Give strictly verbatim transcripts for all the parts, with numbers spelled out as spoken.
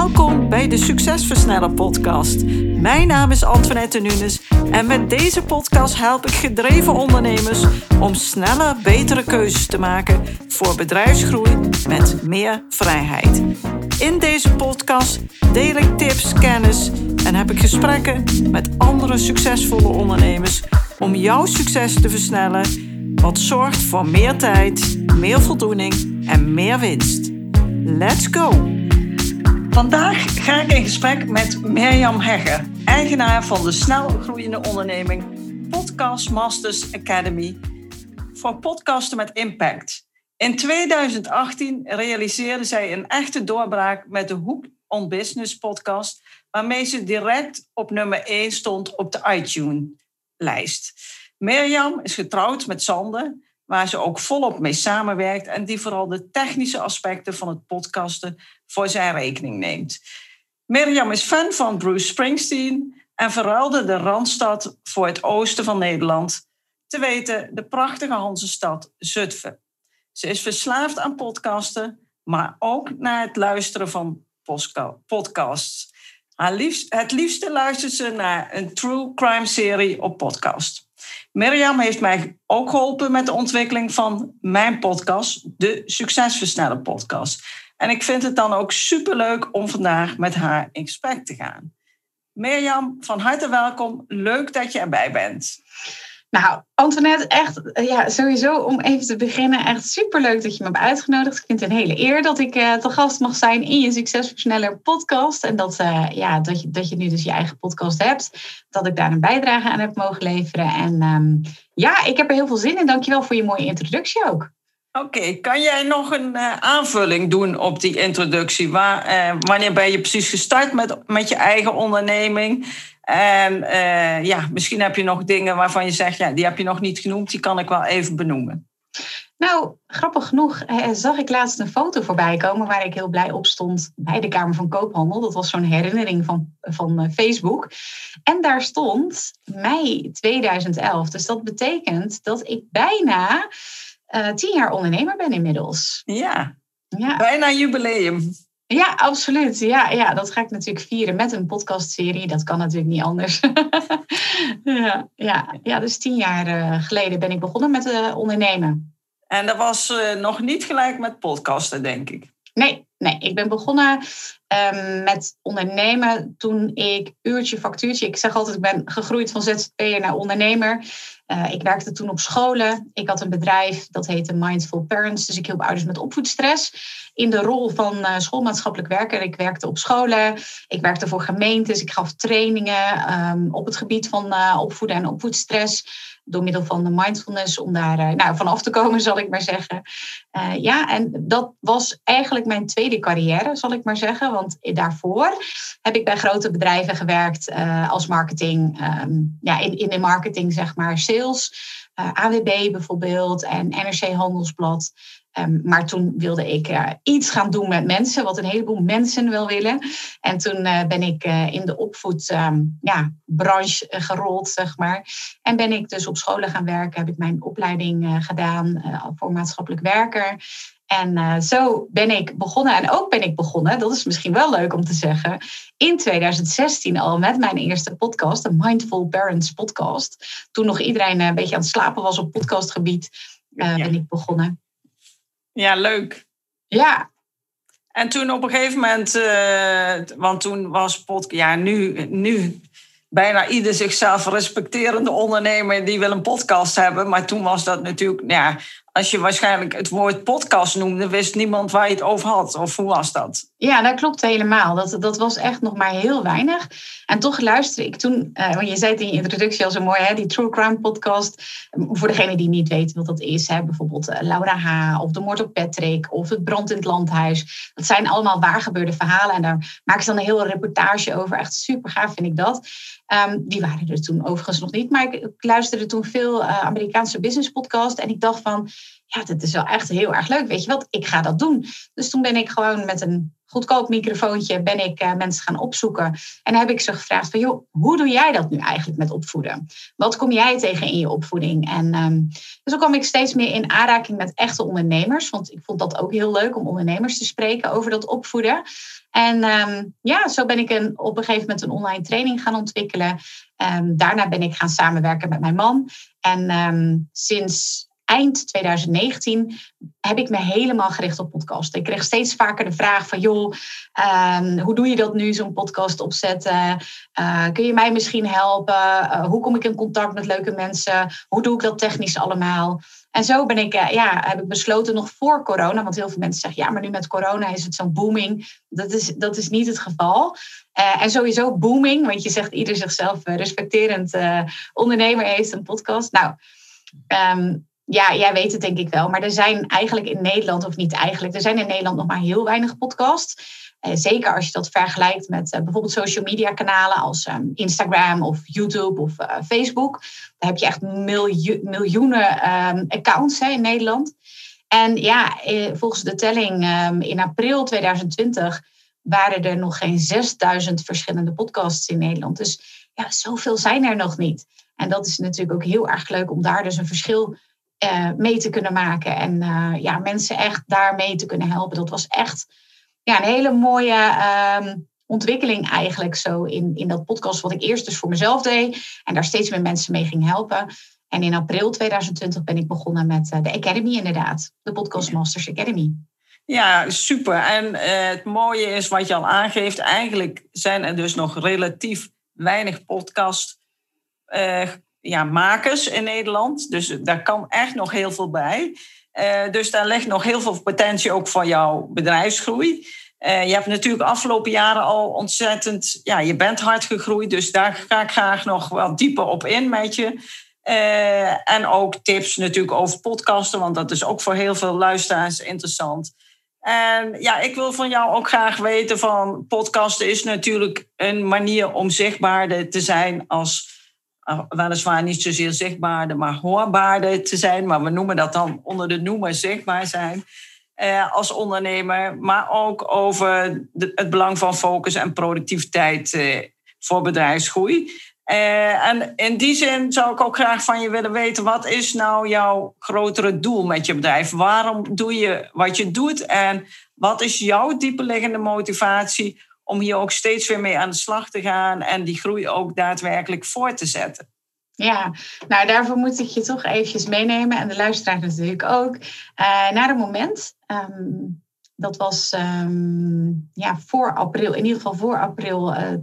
Welkom bij de Succesversneller podcast. Mijn naam is Antoinette Nunes en met deze podcast help ik gedreven ondernemers om snelle, betere keuzes te maken voor bedrijfsgroei met meer vrijheid. In deze podcast deel ik tips, kennis en heb ik gesprekken met andere succesvolle ondernemers om jouw succes te versnellen, wat zorgt voor meer tijd, meer voldoening en meer winst. Let's go! Vandaag ga ik in gesprek met Mirjam Hegger, eigenaar van de snel groeiende onderneming Podcast Masters Academy voor podcasten met impact. In tweeduizend achttien realiseerde zij een echte doorbraak met de Hooked on Business podcast, waarmee ze direct op nummer één stond op de iTunes-lijst. Mirjam is getrouwd met Sander, waar ze ook volop mee samenwerkt en die vooral de technische aspecten van het podcasten voor zijn rekening neemt. Mirjam is fan van Bruce Springsteen en verruilde de Randstad voor het oosten van Nederland, te weten de prachtige Hansestad Zutphen. Ze is verslaafd aan podcasten, maar ook naar het luisteren van podcasts. Haar liefst, het liefste luistert ze naar een true crime serie op podcast. Mirjam heeft mij ook geholpen met de ontwikkeling van mijn podcast, de Succesversneller podcast. En ik vind het dan ook superleuk om vandaag met haar in gesprek te gaan. Mirjam, van harte welkom. Leuk dat je erbij bent. Nou, Antoinette, echt ja, sowieso om even te beginnen, echt superleuk dat je me hebt uitgenodigd. Ik vind het een hele eer dat ik uh, te gast mag zijn in je Succesversneller podcast. En dat, uh, ja, dat, je, dat je nu dus je eigen podcast hebt. Dat ik daar een bijdrage aan heb mogen leveren. En um, ja, ik heb er heel veel zin in. Dankjewel voor je mooie introductie ook. Oké, okay, kan jij nog een uh, aanvulling doen op die introductie? Waar, uh, wanneer ben je precies gestart met, met je eigen onderneming? En uh, ja, misschien heb je nog dingen waarvan je zegt, ja, die heb je nog niet genoemd, die kan ik wel even benoemen. Nou, grappig genoeg eh, zag ik laatst een foto voorbij komen waar ik heel blij op stond bij de Kamer van Koophandel. Dat was zo'n herinnering van, van uh, Facebook. En daar stond mei tweeduizend elf. Dus dat betekent dat ik bijna uh, tien jaar ondernemer ben inmiddels. Ja, ja. Bijna jubileum. Ja, absoluut. Ja, ja, dat ga ik natuurlijk vieren met een podcastserie. Dat kan natuurlijk niet anders. ja, ja, ja, dus tien jaar uh, geleden ben ik begonnen met uh, ondernemen. En dat was uh, nog niet gelijk met podcasten, denk ik. Nee, nee, ik ben begonnen um, met ondernemen toen ik uurtje factuurtje... Ik zeg altijd, ik ben gegroeid van Z Z P'er naar ondernemer. Uh, ik werkte toen op scholen. Ik had een bedrijf, dat heette Mindful Parents. Dus ik hielp ouders met opvoedstress. In de rol van uh, schoolmaatschappelijk werker. Ik werkte op scholen. Ik werkte voor gemeentes. Ik gaf trainingen um, op het gebied van uh, opvoeden en opvoedstress. Door middel van de mindfulness om daar uh, nou, vanaf te komen, zal ik maar zeggen. Uh, ja, en dat was eigenlijk mijn tweede carrière, zal ik maar zeggen. Want daarvoor heb ik bij grote bedrijven gewerkt uh, als marketing. Um, ja, in, in de marketing, zeg maar, sales. Uh, A W B bijvoorbeeld en N R C Handelsblad. Um, maar toen wilde ik uh, iets gaan doen met mensen, wat een heleboel mensen wel willen. En toen uh, ben ik uh, in de opvoedbranche um, ja, uh, gerold, zeg maar. En ben ik dus op scholen gaan werken, heb ik mijn opleiding uh, gedaan uh, voor maatschappelijk werker. En uh, zo ben ik begonnen. En ook ben ik begonnen, dat is misschien wel leuk om te zeggen, in tweeduizend zestien al met mijn eerste podcast, de Mindful Parents podcast. Toen nog iedereen uh, een beetje aan het slapen was op podcastgebied, uh, ja. ben ik begonnen. Ja, leuk. Ja. En toen op een gegeven moment, uh, want toen was podcast, ja, nu, nu bijna ieder zichzelf respecterende ondernemer die wil een podcast hebben. Maar toen was dat natuurlijk, ja, als je waarschijnlijk het woord podcast noemde, wist niemand waar je het over had. Of hoe was dat? Ja, dat klopt helemaal. Dat, dat was echt nog maar heel weinig. En toch luisterde ik toen, uh, want je zei het in je introductie al zo mooi, hè, die True Crime podcast. Voor degene die niet weten wat dat is, hè, bijvoorbeeld uh, Laura H. of de moord op Patrick of het brand in het landhuis. Dat zijn allemaal waargebeurde verhalen en daar maken ze dan een hele reportage over. Echt super gaaf vind ik dat. Um, die waren er toen overigens nog niet, maar ik, ik luisterde toen veel uh, Amerikaanse business podcast en ik dacht van, ja, dit is wel echt heel erg leuk. Weet je wat, ik ga dat doen. Dus toen ben ik gewoon met een goedkoop microfoontje ben ik uh, mensen gaan opzoeken. En heb ik ze gevraagd van, joh, hoe doe jij dat nu eigenlijk met opvoeden? Wat kom jij tegen in je opvoeding? En um, dus dan kwam ik steeds meer in aanraking met echte ondernemers. Want ik vond dat ook heel leuk om ondernemers te spreken over dat opvoeden. En um, ja, zo ben ik een, op een gegeven moment een online training gaan ontwikkelen. Um, daarna ben ik gaan samenwerken met mijn man. En um, sinds eind twintig negentien heb ik me helemaal gericht op podcast. Ik kreeg steeds vaker de vraag van, joh, um, hoe doe je dat nu, zo'n podcast opzetten? Uh, kun je mij misschien helpen? Uh, hoe kom ik in contact met leuke mensen? Hoe doe ik dat technisch allemaal? En zo ben ik, uh, ja, heb ik besloten nog voor corona, want heel veel mensen zeggen, ja, maar nu met corona is het zo'n booming. Dat is, dat is niet het geval. Uh, en sowieso booming, want je zegt ieder zichzelf uh, respecterend uh, ondernemer heeft een podcast. Nou, um, ja, jij weet het denk ik wel. Maar er zijn eigenlijk in Nederland, of niet eigenlijk, er zijn in Nederland nog maar heel weinig podcasts. Uh, zeker als je dat vergelijkt met uh, bijvoorbeeld social media kanalen als um, Instagram of YouTube of uh, Facebook. Daar heb je echt miljo- miljoenen um, accounts hè, in Nederland. En ja, uh, volgens de telling um, in april twintig twintig waren er nog geen zesduizend verschillende podcasts in Nederland. Dus ja, zoveel zijn er nog niet. En dat is natuurlijk ook heel erg leuk om daar dus een verschil Uh, mee te kunnen maken. En uh, ja, mensen echt daarmee te kunnen helpen. Dat was echt ja, een hele mooie um, ontwikkeling eigenlijk zo in, in dat podcast. Wat ik eerst dus voor mezelf deed. En daar steeds meer mensen mee ging helpen. En in april twintig twintig ben ik begonnen met uh, de Academy inderdaad. De Podcast Masters Academy. Ja, super. En uh, het mooie is wat je al aangeeft. Eigenlijk zijn er dus nog relatief weinig podcast uh, Ja, makers in Nederland. Dus daar kan echt nog heel veel bij. Uh, dus daar ligt nog heel veel potentie ook voor jouw bedrijfsgroei. Uh, je hebt natuurlijk afgelopen jaren al ontzettend... Ja, je bent hard gegroeid, dus daar ga ik graag nog wat dieper op in met je. Uh, en ook tips natuurlijk over podcasten, want dat is ook voor heel veel luisteraars interessant. En ja, ik wil van jou ook graag weten van... podcasten is natuurlijk een manier om zichtbaarder te zijn als... weliswaar niet zozeer zichtbaarder, maar hoorbaarder te zijn. Maar we noemen dat dan onder de noemer zichtbaar zijn eh, als ondernemer. Maar ook over de, het belang van focus en productiviteit eh, voor bedrijfsgroei. Eh, en in die zin zou ik ook graag van je willen weten... wat is nou jouw grotere doel met je bedrijf? Waarom doe je wat je doet? En wat is jouw dieperliggende motivatie... om hier ook steeds weer mee aan de slag te gaan... en die groei ook daadwerkelijk voor te zetten? Ja, nou daarvoor moet ik je toch eventjes meenemen... en de luisteraar natuurlijk ook. Uh, naar het moment, um, dat was um, ja, voor april... in ieder geval voor april uh,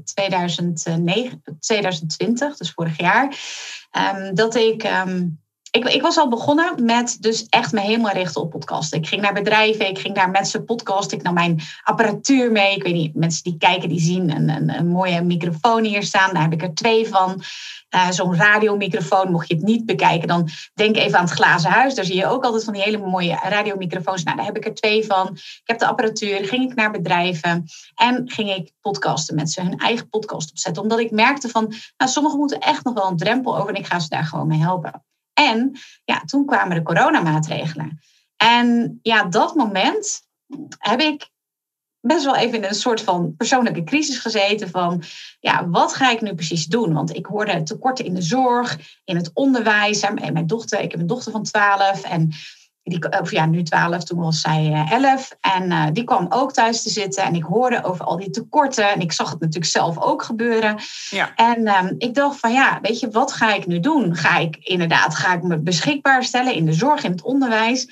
twintig twintig, dus vorig jaar... Um, dat ik... Um, Ik, ik was al begonnen met dus echt me helemaal richten op podcasten. Ik ging naar bedrijven, ik ging daar met ze podcasten. Ik nam mijn apparatuur mee. Ik weet niet, mensen die kijken, die zien een, een, een mooie microfoon hier staan. Daar heb ik er twee van. Uh, zo'n radiomicrofoon, mocht je het niet bekijken, dan denk even aan het glazen huis. Daar zie je ook altijd van die hele mooie radiomicrofoons. Nou, daar heb ik er twee van. Ik heb de apparatuur, ging ik naar bedrijven en ging ik podcasten met ze, hun eigen podcast opzetten. Omdat ik merkte van, nou, sommigen moeten echt nog wel een drempel over en ik ga ze daar gewoon mee helpen. En ja, toen kwamen de coronamaatregelen. En ja, dat moment heb ik best wel even in een soort van persoonlijke crisis gezeten van, ja, wat ga ik nu precies doen? Want ik hoorde tekorten in de zorg, in het onderwijs. En mijn dochter, ik heb een dochter van twaalf en die, of ja, nu twaalf, toen was zij elf. En uh, die kwam ook thuis te zitten en ik hoorde over al die tekorten. En ik zag het natuurlijk zelf ook gebeuren. Ja. En um, ik dacht van, ja, weet je, wat ga ik nu doen? Ga ik inderdaad, ga ik me beschikbaar stellen in de zorg, in het onderwijs?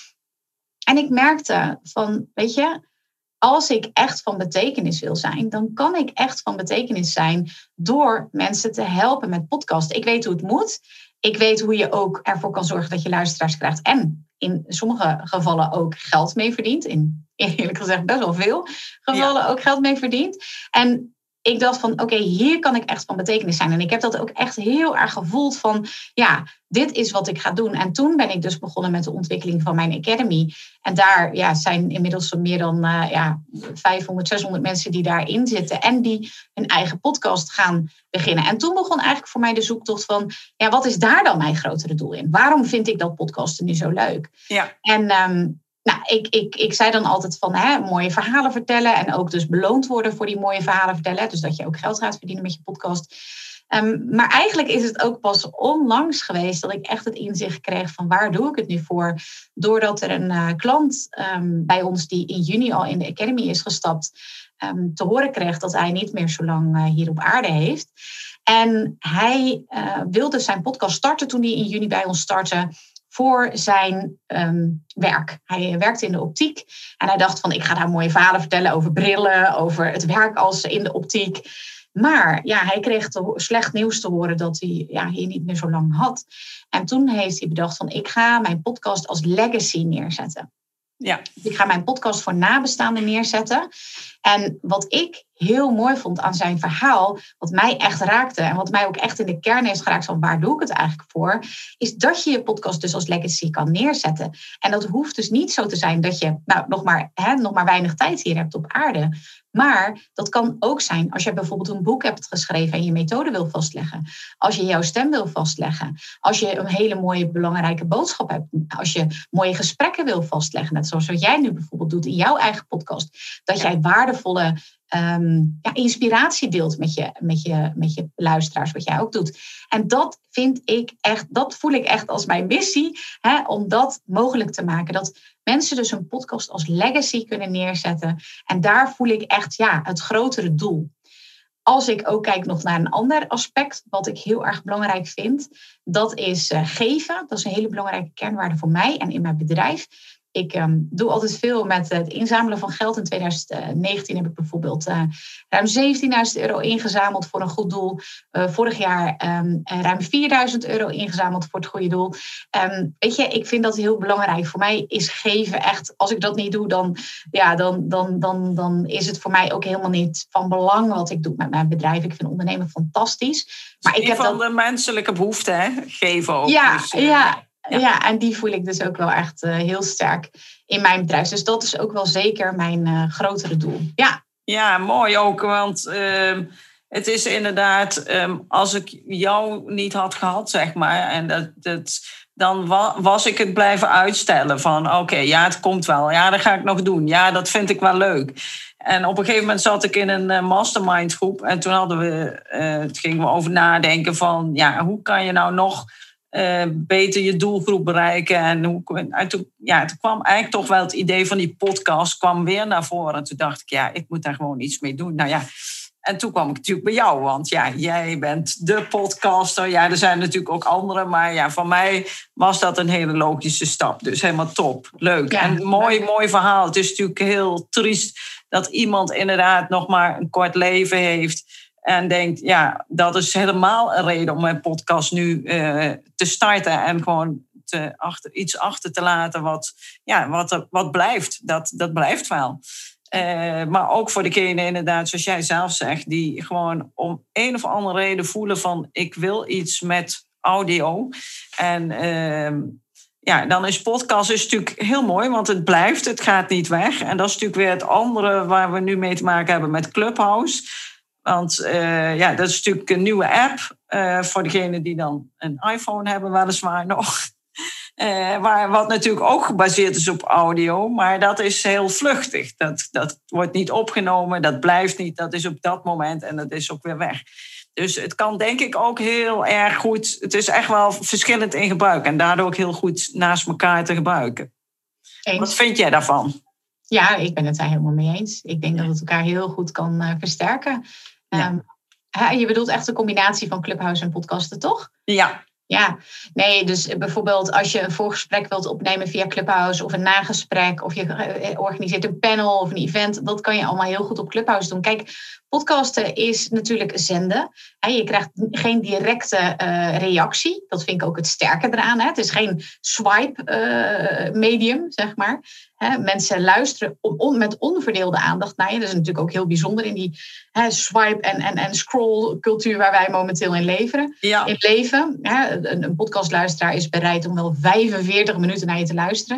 En ik merkte van, weet je, als ik echt van betekenis wil zijn, dan kan ik echt van betekenis zijn door mensen te helpen met podcasten. Ik weet hoe het moet. Ik weet hoe je ook ervoor kan zorgen dat je luisteraars krijgt. En in sommige gevallen ook geld mee verdient. In eerlijk gezegd best wel veel gevallen ja. ook geld mee verdient. En ik dacht van, oké, okay, hier kan ik echt van betekenis zijn. En ik heb dat ook echt heel erg gevoeld van, ja, dit is wat ik ga doen. En toen ben ik dus begonnen met de ontwikkeling van mijn Academy. En daar ja, zijn inmiddels meer dan uh, ja, vijfhonderd, zeshonderd mensen die daarin zitten. En die hun eigen podcast gaan beginnen. En toen begon eigenlijk voor mij de zoektocht van, ja, wat is daar dan mijn grotere doel in? Waarom vind ik dat podcasten nu zo leuk? Ja. En um, nou, ik, ik, ik zei dan altijd van hè, mooie verhalen vertellen. En ook dus beloond worden voor die mooie verhalen vertellen. Dus dat je ook geld gaat verdienen met je podcast. Um, maar eigenlijk is het ook pas onlangs geweest dat ik echt het inzicht kreeg van waar doe ik het nu voor. Doordat er een uh, klant um, bij ons die in juni al in de Academy is gestapt, um, te horen kreeg dat hij niet meer zo lang uh, hier op aarde heeft. En hij uh, wilde zijn podcast starten toen hij in juni bij ons startte voor zijn um, werk. Hij werkte in de optiek en hij dacht van ik ga daar mooie verhalen vertellen over brillen, over het werk als in de optiek. Maar ja, hij kreeg te, slecht nieuws te horen dat hij ja, hier niet meer zo lang had. En toen heeft hij bedacht van ik ga mijn podcast als legacy neerzetten. Ja. Ik ga mijn podcast voor nabestaanden neerzetten. En wat ik heel mooi vond aan zijn verhaal, wat mij echt raakte en wat mij ook echt in de kern heeft geraakt van waar doe ik het eigenlijk voor, is dat je je podcast dus als legacy kan neerzetten. En dat hoeft dus niet zo te zijn dat je nou, nog, maar, hè, nog maar weinig tijd hier hebt op aarde. Maar dat kan ook zijn als je bijvoorbeeld een boek hebt geschreven en je methode wil vastleggen. Als je jouw stem wil vastleggen. Als je een hele mooie belangrijke boodschap hebt. Als je mooie gesprekken wil vastleggen. Net zoals wat jij nu bijvoorbeeld doet in jouw eigen podcast. Dat jij waardevolle um, ja, inspiratie deelt met je, met, je, met je luisteraars. Wat jij ook doet. En dat vind ik echt, dat voel ik echt als mijn missie. Hè, om dat mogelijk te maken. Dat mensen dus een podcast als legacy kunnen neerzetten. En daar voel ik echt ja, het grotere doel. Als ik ook kijk nog naar een ander aspect, wat ik heel erg belangrijk vind, dat is uh, geven. Dat is een hele belangrijke kernwaarde voor mij en in mijn bedrijf. Ik um, doe altijd veel met het inzamelen van geld. In twintig negentien heb ik bijvoorbeeld uh, ruim zeventienduizend euro ingezameld voor een goed doel. Uh, vorig jaar um, ruim vierduizend euro ingezameld voor het goede doel. Um, weet je, ik vind dat heel belangrijk. Voor mij is geven echt, als ik dat niet doe, dan, ja, dan, dan, dan, dan is het voor mij ook helemaal niet van belang wat ik doe met mijn bedrijf. Ik vind ondernemen fantastisch. Maar ik ik heb van dat... de menselijke behoefte, hè? Geven ook. Ja, dus, uh, ja. Ja. ja, en die voel ik dus ook wel echt uh, heel sterk in mijn bedrijf. Dus dat is ook wel zeker mijn uh, grotere doel. Ja, ja mooi ook, want uh, het is inderdaad, um, als ik jou niet had gehad, zeg maar, en dat, dat, dan wa- was ik het blijven uitstellen van oké, okay, ja, het komt wel. Ja, dat ga ik nog doen. Ja, dat vind ik wel leuk. En op een gegeven moment zat ik in een uh, mastermind groep en toen hadden we, uh, toen gingen we over nadenken van, ja, hoe kan je nou nog Uh, beter je doelgroep bereiken. En, hoe, en toen, ja, toen kwam eigenlijk toch wel het idee van die podcast kwam weer naar voren. En toen dacht ik, ja, ik moet daar gewoon iets mee doen. Nou ja, en toen kwam ik natuurlijk bij jou. Want ja, jij bent de podcaster. Ja, er zijn natuurlijk ook anderen. Maar ja, voor mij was dat een hele logische stap. Dus helemaal top. Leuk. Ja, en mooi, mooi verhaal. Het is natuurlijk heel triest dat iemand inderdaad nog maar een kort leven heeft. En denkt, ja, dat is helemaal een reden om mijn podcast nu uh, te starten. En gewoon te achter, iets achter te laten wat, ja, wat, wat blijft. Dat, dat blijft wel. Uh, maar ook voor degene inderdaad, zoals jij zelf zegt, die gewoon om een of andere reden voelen van ik wil iets met audio. En uh, ja, dan is podcast is natuurlijk heel mooi, want het blijft, het gaat niet weg. En dat is natuurlijk weer het andere waar we nu mee te maken hebben met Clubhouse. Want uh, ja, dat is natuurlijk een nieuwe app uh, voor degenen die dan een iPhone hebben, weliswaar nog. Uh, waar, wat natuurlijk ook gebaseerd is op audio, maar dat is heel vluchtig. Dat, dat wordt niet opgenomen, dat blijft niet, dat is op dat moment en dat is ook weer weg. Dus het kan denk ik ook heel erg goed, het is echt wel verschillend in gebruik en daardoor ook heel goed naast elkaar te gebruiken. Eens. Wat vind jij daarvan? Ja, ik ben het daar helemaal mee eens. Ik denk dat het elkaar heel goed kan uh, versterken. Ja. Um, je bedoelt echt een combinatie van Clubhouse en podcasten, toch? Ja. Ja, nee, dus bijvoorbeeld als je een voorgesprek wilt opnemen via Clubhouse of een nagesprek of je organiseert een panel of een event, dat kan je allemaal heel goed op Clubhouse doen. Kijk, podcasten is natuurlijk zenden. Je krijgt geen directe uh, reactie. Dat vind ik ook het sterke eraan. Hè? Het is geen swipe uh, medium, zeg maar. Hè? Mensen luisteren on, on, met onverdeelde aandacht naar je. Dat is natuurlijk ook heel bijzonder in die hè, swipe- en, en, en scroll-cultuur waar wij momenteel in, leveren, ja. in leven. Hè? Een, een podcastluisteraar is bereid om wel vijfenveertig minuten naar je te luisteren.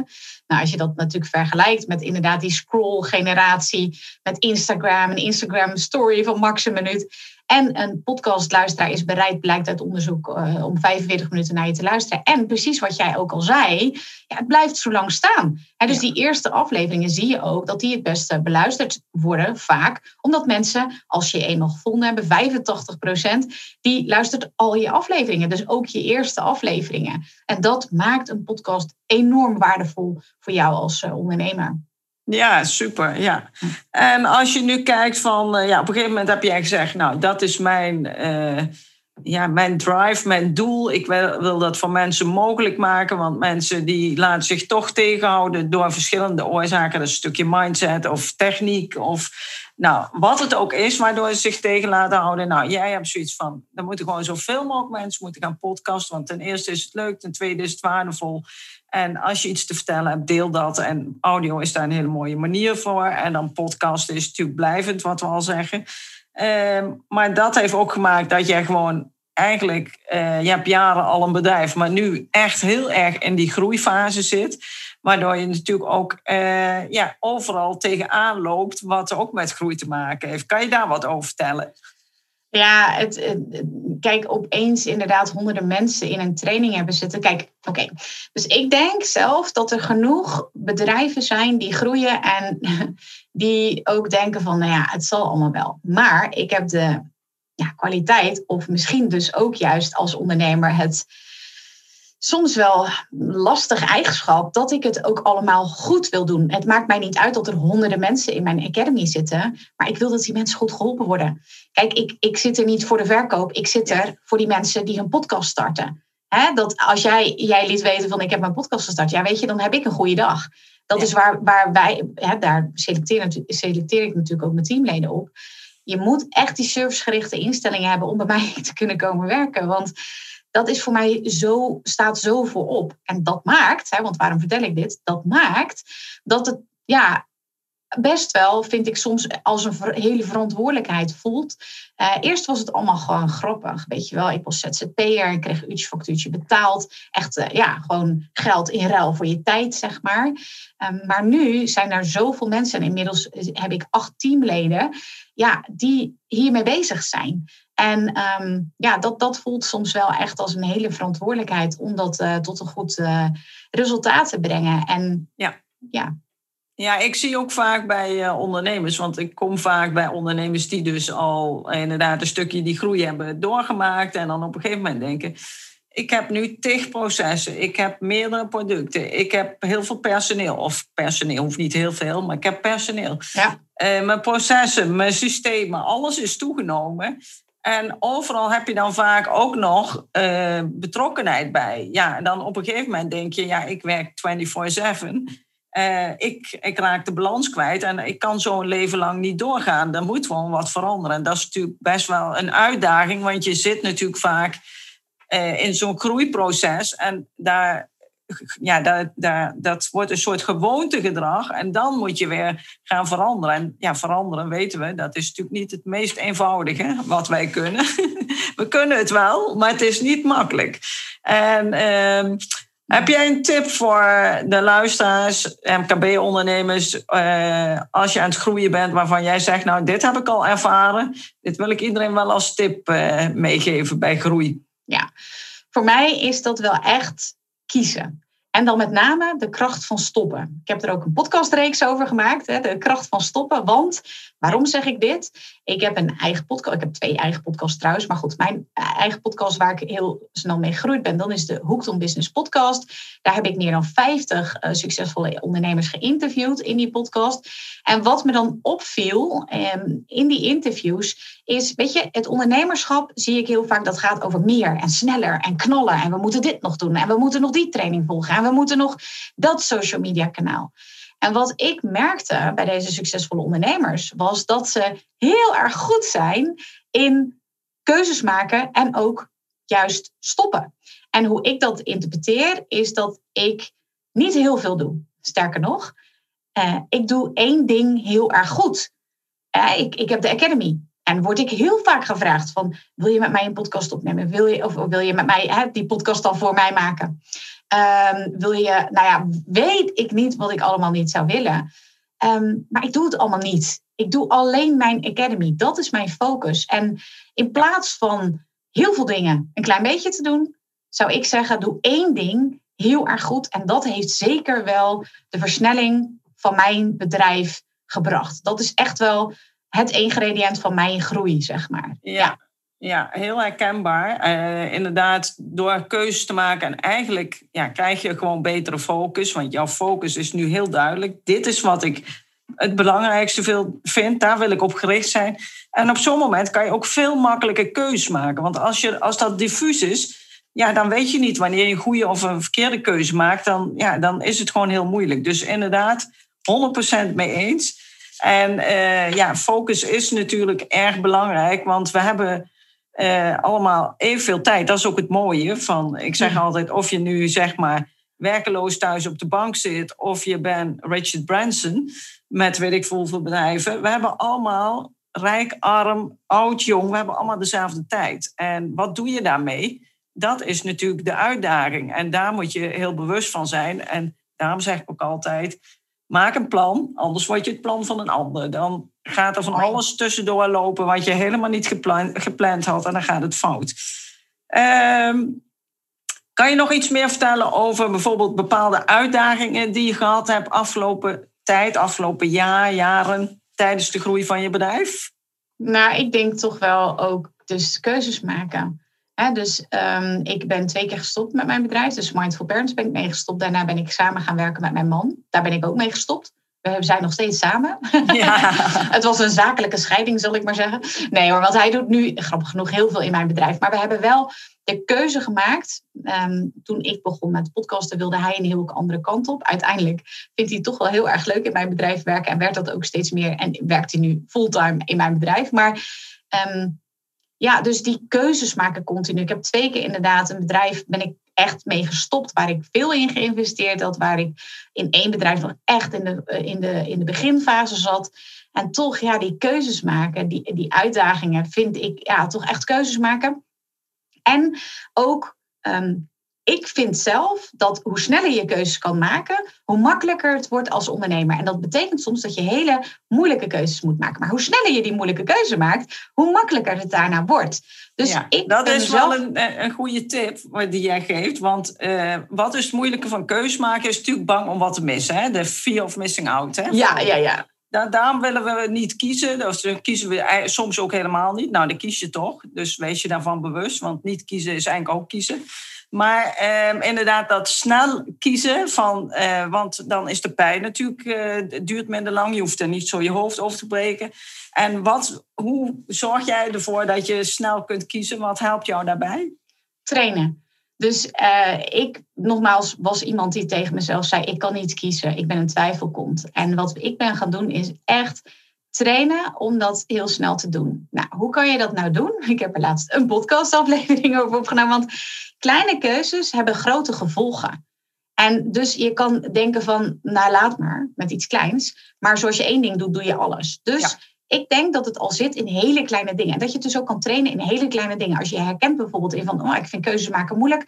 Nou, als je dat natuurlijk vergelijkt met inderdaad die scroll-generatie met Instagram, een Instagram-story van max een minuut. En een podcastluisteraar is bereid, blijkt uit onderzoek, uh, om vijfenveertig minuten naar je te luisteren. En precies wat jij ook al zei, ja, het blijft zo lang staan. He, dus ja. Die eerste afleveringen zie je ook dat die het beste beluisterd worden, vaak. Omdat mensen, als je één nog gevonden hebben, vijfentachtig procent, die luistert al je afleveringen. Dus ook je eerste afleveringen. En dat maakt een podcast enorm waardevol voor jou als uh, ondernemer. Ja, super. Ja. En als je nu kijkt van, ja, op een gegeven moment heb jij gezegd, nou, dat is mijn, uh, ja, mijn drive, mijn doel. Ik wil, wil dat voor mensen mogelijk maken, want mensen die laten zich toch tegenhouden door verschillende oorzaken. Dat is een stukje mindset of techniek of nou, wat het ook is, waardoor ze zich tegen laten houden. Nou, jij hebt zoiets van, er moeten gewoon zoveel mogelijk mensen moeten gaan podcasten, want ten eerste is het leuk, ten tweede is het waardevol. En als je iets te vertellen hebt, deel dat. En audio is daar een hele mooie manier voor. En dan podcast is natuurlijk blijvend, wat we al zeggen. Uh, maar dat heeft ook gemaakt dat jij gewoon eigenlijk... Uh, je hebt jaren al een bedrijf, maar nu echt heel erg in die groeifase zit. Waardoor je natuurlijk ook uh, ja, overal tegenaan loopt, wat ook met groei te maken heeft. Kan je daar wat over vertellen? Ja, het, het, kijk, opeens inderdaad honderden mensen in een training hebben zitten. Kijk, oké. Okay. Dus ik denk zelf dat er genoeg bedrijven zijn die groeien en die ook denken van, nou ja, het zal allemaal wel. Maar ik heb de ja, kwaliteit, of misschien dus ook juist als ondernemer het soms wel lastig eigenschap dat ik het ook allemaal goed wil doen. Het maakt mij niet uit dat er honderden mensen in mijn academy zitten, maar ik wil dat die mensen goed geholpen worden. Kijk, ik, ik zit er niet voor de verkoop, ik zit er voor die mensen die een podcast starten. He, dat als jij, jij liet weten van ik heb mijn podcast gestart, ja weet je, dan heb ik een goede dag. Dat ja. is waar, waar wij, he, daar selecteer, selecteer ik natuurlijk ook mijn teamleden op. Je moet echt die servicegerichte instellingen hebben om bij mij te kunnen komen werken, want dat is voor mij zo, staat zo voorop. En dat maakt, hè, want waarom vertel ik dit? Dat maakt dat het ja, best wel, vind ik soms, als een hele verantwoordelijkheid voelt. Uh, eerst was het allemaal gewoon grappig. Weet je wel, ik was Z Z P'er en kreeg een uurtje factuurtje betaald. Echt, uh, ja, gewoon geld in ruil voor je tijd, zeg maar. Um, maar nu zijn er zoveel mensen, en inmiddels heb ik acht teamleden, ja, die hiermee bezig zijn. En um, ja, dat, dat voelt soms wel echt als een hele verantwoordelijkheid om dat uh, tot een goed uh, resultaat te brengen. En ja. ja. Ja, ik zie ook vaak bij uh, ondernemers, want ik kom vaak bij ondernemers die dus al uh, inderdaad een stukje die groei hebben doorgemaakt en dan op een gegeven moment denken, ik heb nu tig processen, ik heb meerdere producten, ik heb heel veel personeel, of personeel hoeft niet heel veel, maar ik heb personeel. Ja. Uh, mijn processen, mijn systemen, alles is toegenomen. En overal heb je dan vaak ook nog uh, betrokkenheid bij. Ja, en dan op een gegeven moment denk je, ja, ik werk vierentwintig zeven. Uh, ik, ik raak de balans kwijt en ik kan zo een leven lang niet doorgaan. Er moet gewoon wat veranderen. En dat is natuurlijk best wel een uitdaging, want je zit natuurlijk vaak uh, in zo'n groeiproces. En daar, ja, daar, daar, dat wordt een soort gewoontegedrag. En dan moet je weer gaan veranderen. En ja, veranderen weten we, dat is natuurlijk niet het meest eenvoudige wat wij kunnen. We kunnen het wel, maar het is niet makkelijk. En uh, heb jij een tip voor de luisteraars, M K B-ondernemers, uh, als je aan het groeien bent, waarvan jij zegt, nou, dit heb ik al ervaren. Dit wil ik iedereen wel als tip uh, meegeven bij groei. Ja, voor mij is dat wel echt kiezen. En dan met name de kracht van stoppen. Ik heb er ook een podcastreeks over gemaakt. Hè, de kracht van stoppen. Want, waarom zeg ik dit? Ik heb een eigen podcast. Ik heb twee eigen podcasts trouwens. Maar goed, mijn eigen podcast waar ik heel snel mee gegroeid ben. Dan is de Hooked on Business podcast. Daar heb ik meer dan vijftig uh, succesvolle ondernemers geïnterviewd in die podcast. En wat me dan opviel um, in die interviews is, weet je, het ondernemerschap zie ik heel vaak dat gaat over meer en sneller en knallen. En we moeten dit nog doen. En we moeten nog die training volgen. En we moeten nog dat social media kanaal. En wat ik merkte bij deze succesvolle ondernemers was dat ze heel erg goed zijn in keuzes maken en ook juist stoppen. En hoe ik dat interpreteer is dat ik niet heel veel doe. Sterker nog, uh, ik doe één ding heel erg goed. Uh, ik, ik heb de Academy. En word ik heel vaak gevraagd van, wil je met mij een podcast opnemen? Wil je, of wil je met mij hè, die podcast dan voor mij maken? Um, wil je, nou ja, weet ik niet wat ik allemaal niet zou willen. Um, maar ik doe het allemaal niet. Ik doe alleen mijn academy. Dat is mijn focus. En in plaats van heel veel dingen een klein beetje te doen, zou ik zeggen, doe één ding heel erg goed. En dat heeft zeker wel de versnelling van mijn bedrijf gebracht. Dat is echt wel het ingrediënt van mijn groei, zeg maar. Ja, ja. ja heel herkenbaar. Uh, inderdaad, door keuzes te maken en eigenlijk ja, krijg je gewoon betere focus. Want jouw focus is nu heel duidelijk. Dit is wat ik het belangrijkste vind. Daar wil ik op gericht zijn. En op zo'n moment kan je ook veel makkelijker keuzes maken. Want als, je, als dat diffuus is, ja, dan weet je niet wanneer je een goede of een verkeerde keuze maakt. Dan, ja, dan is het gewoon heel moeilijk. Dus inderdaad, honderd procent mee eens. En uh, ja, focus is natuurlijk erg belangrijk. Want we hebben uh, allemaal evenveel tijd. Dat is ook het mooie van, ik zeg altijd, of je nu zeg maar werkeloos thuis op de bank zit, of je bent Richard Branson met weet ik veel hoeveel bedrijven. We hebben allemaal rijk, arm, oud, jong. We hebben allemaal dezelfde tijd. En wat doe je daarmee? Dat is natuurlijk de uitdaging. En daar moet je heel bewust van zijn. En daarom zeg ik ook altijd, maak een plan. Anders word je het plan van een ander. Dan gaat er van alles tussendoor lopen wat je helemaal niet gepland, gepland had. En dan gaat het fout. Um, kan je nog iets meer vertellen over bijvoorbeeld bepaalde uitdagingen die je gehad hebt afgelopen tijd, afgelopen jaar, jaren, tijdens de groei van je bedrijf? Nou, ik denk toch wel ook dus keuzes maken. He, dus um, ik ben twee keer gestopt met mijn bedrijf. Dus Mindful Parents ben ik mee gestopt. Daarna ben ik samen gaan werken met mijn man. Daar ben ik ook mee gestopt. We zijn nog steeds samen. Ja. Het was een zakelijke scheiding, zal ik maar zeggen. Nee hoor, want hij doet nu, grappig genoeg, heel veel in mijn bedrijf. Maar we hebben wel de keuze gemaakt. Um, toen ik begon met podcasten, wilde hij een heel andere kant op. Uiteindelijk vindt hij het toch wel heel erg leuk in mijn bedrijf werken. En werd dat ook steeds meer. En werkt hij nu fulltime in mijn bedrijf. Maar um, ja, dus die keuzes maken continu. Ik heb twee keer inderdaad een bedrijf, ben ik echt mee gestopt, waar ik veel in geïnvesteerd had, waar ik in één bedrijf nog echt in de, in de, in de beginfase zat. En toch, ja, die keuzes maken, die, die uitdagingen, vind ik, ja, toch echt keuzes maken. En ook, um, ik vind zelf dat hoe sneller je keuzes kan maken, hoe makkelijker het wordt als ondernemer. En dat betekent soms dat je hele moeilijke keuzes moet maken. Maar hoe sneller je die moeilijke keuze maakt, hoe makkelijker het daarna wordt. Dus ja, ik dat is zelf... wel een, een goede tip die jij geeft. Want uh, wat is het moeilijke van keuzes maken? Is natuurlijk bang om wat te missen. Hè? De fear of missing out. Hè? Ja, ja, ja. Da- daarom willen we niet kiezen. Dus dan kiezen we soms ook helemaal niet. Nou, dan kies je toch. Dus wees je daarvan bewust. Want niet kiezen is eigenlijk ook kiezen. Maar eh, inderdaad dat snel kiezen. Van, eh, want dan is de pijn natuurlijk, uh, het duurt minder lang. Je hoeft er niet zo je hoofd over te breken. En wat, hoe zorg jij ervoor dat je snel kunt kiezen? Wat helpt jou daarbij? Trainen. Dus uh, ik, nogmaals, was iemand die tegen mezelf zei, ik kan niet kiezen. Ik ben een twijfelkont. En wat ik ben gaan doen is echt trainen om dat heel snel te doen. Nou, hoe kan je dat nou doen? Ik heb er laatst een podcastaflevering over opgenomen. Want kleine keuzes hebben grote gevolgen. En dus je kan denken van, nou laat maar, met iets kleins. Maar zoals je één ding doet, doe je alles. Dus ja. Ik denk dat het al zit in hele kleine dingen. En dat je het dus ook kan trainen in hele kleine dingen. Als je herkent bijvoorbeeld in van, oh, ik vind keuzes maken moeilijk.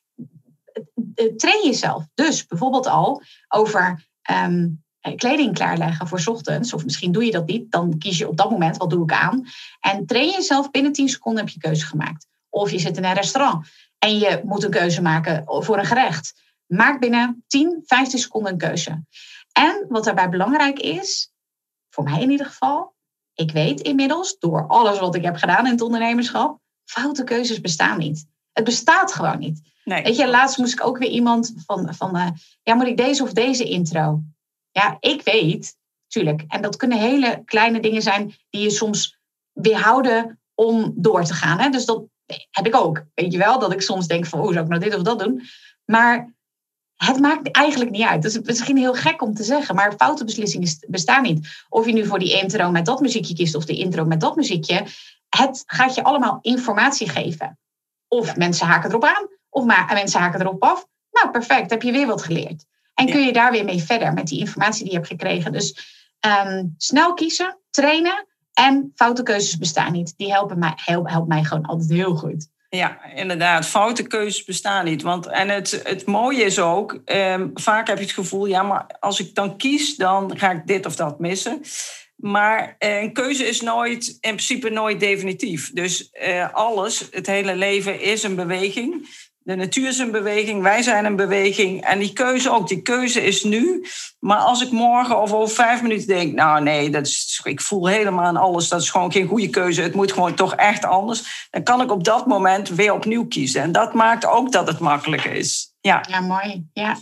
Train jezelf. Dus bijvoorbeeld al over um, kleding klaarleggen voor 's ochtends. Of misschien doe je dat niet. Dan kies je op dat moment, wat doe ik aan? En train jezelf, binnen tien seconden heb je keuze gemaakt. Of je zit in een restaurant en je moet een keuze maken voor een gerecht. Maak binnen tien, vijftien seconden een keuze. En wat daarbij belangrijk is, voor mij in ieder geval, ik weet inmiddels, door alles wat ik heb gedaan in het ondernemerschap, foute keuzes bestaan niet. Het bestaat gewoon niet. Nee. Weet je, laatst moest ik ook weer iemand van, van uh, ja, moet ik deze of deze intro? Ja, ik weet, tuurlijk. En dat kunnen hele kleine dingen zijn die je soms weerhouden om door te gaan. Hè? Dus dat heb ik ook. Weet je wel, dat ik soms denk van, oh, zou ik nou dit of dat doen? Maar het maakt eigenlijk niet uit. Dat is misschien heel gek om te zeggen, maar foute beslissingen bestaan niet. Of je nu voor die intro met dat muziekje kiest of de intro met dat muziekje. Het gaat je allemaal informatie geven. Of ja. mensen haken erop aan, of maar mensen haken erop af. Nou, perfect, heb je weer wat geleerd. En ja. kun je daar weer mee verder met die informatie die je hebt gekregen. Dus um, snel kiezen, trainen en foute keuzes bestaan niet. Die helpen mij, help, helpt mij gewoon altijd heel goed. Ja, inderdaad. Foute keuzes bestaan niet. Want, en het, het mooie is ook, eh, vaak heb je het gevoel, ja, maar als ik dan kies, dan ga ik dit of dat missen. Maar eh, een keuze is nooit, in principe nooit definitief. Dus eh, alles, het hele leven is een beweging. De natuur is een beweging, wij zijn een beweging. En die keuze ook, die keuze is nu. Maar als ik morgen of over vijf minuten denk, nou nee, dat is, ik voel helemaal aan alles, dat is gewoon geen goede keuze. Het moet gewoon toch echt anders. Dan kan ik op dat moment weer opnieuw kiezen. En dat maakt ook dat het makkelijker is. Ja, ja mooi. Ja.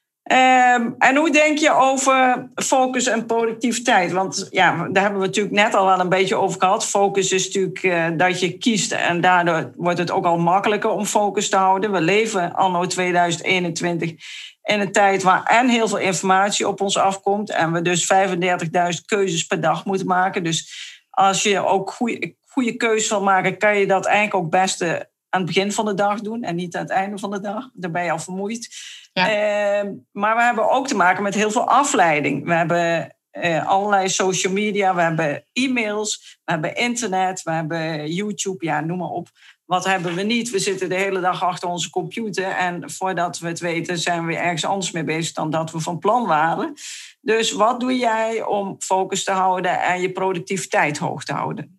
Um, en hoe denk je over focus en productiviteit? Want ja, daar hebben we natuurlijk net al wel een beetje over gehad. Focus is natuurlijk uh, dat je kiest en daardoor wordt het ook al makkelijker om focus te houden. We leven anno tweeduizend eenentwintig in een tijd waar en heel veel informatie op ons afkomt en we dus vijfendertigduizend keuzes per dag moeten maken. Dus als je ook goede, goede keuzes wil maken, kan je dat eigenlijk ook best uh, aan het begin van de dag doen en niet aan het einde van de dag. Dan ben je al vermoeid. Ja. Uh, maar we hebben ook te maken met heel veel afleiding. We hebben uh, allerlei social media, we hebben e-mails, we hebben internet, we hebben YouTube, ja, noem maar op. Wat hebben we niet? We zitten de hele dag achter onze computer en voordat we het weten zijn we ergens anders mee bezig dan dat we van plan waren. Dus wat doe jij om focus te houden en je productiviteit hoog te houden?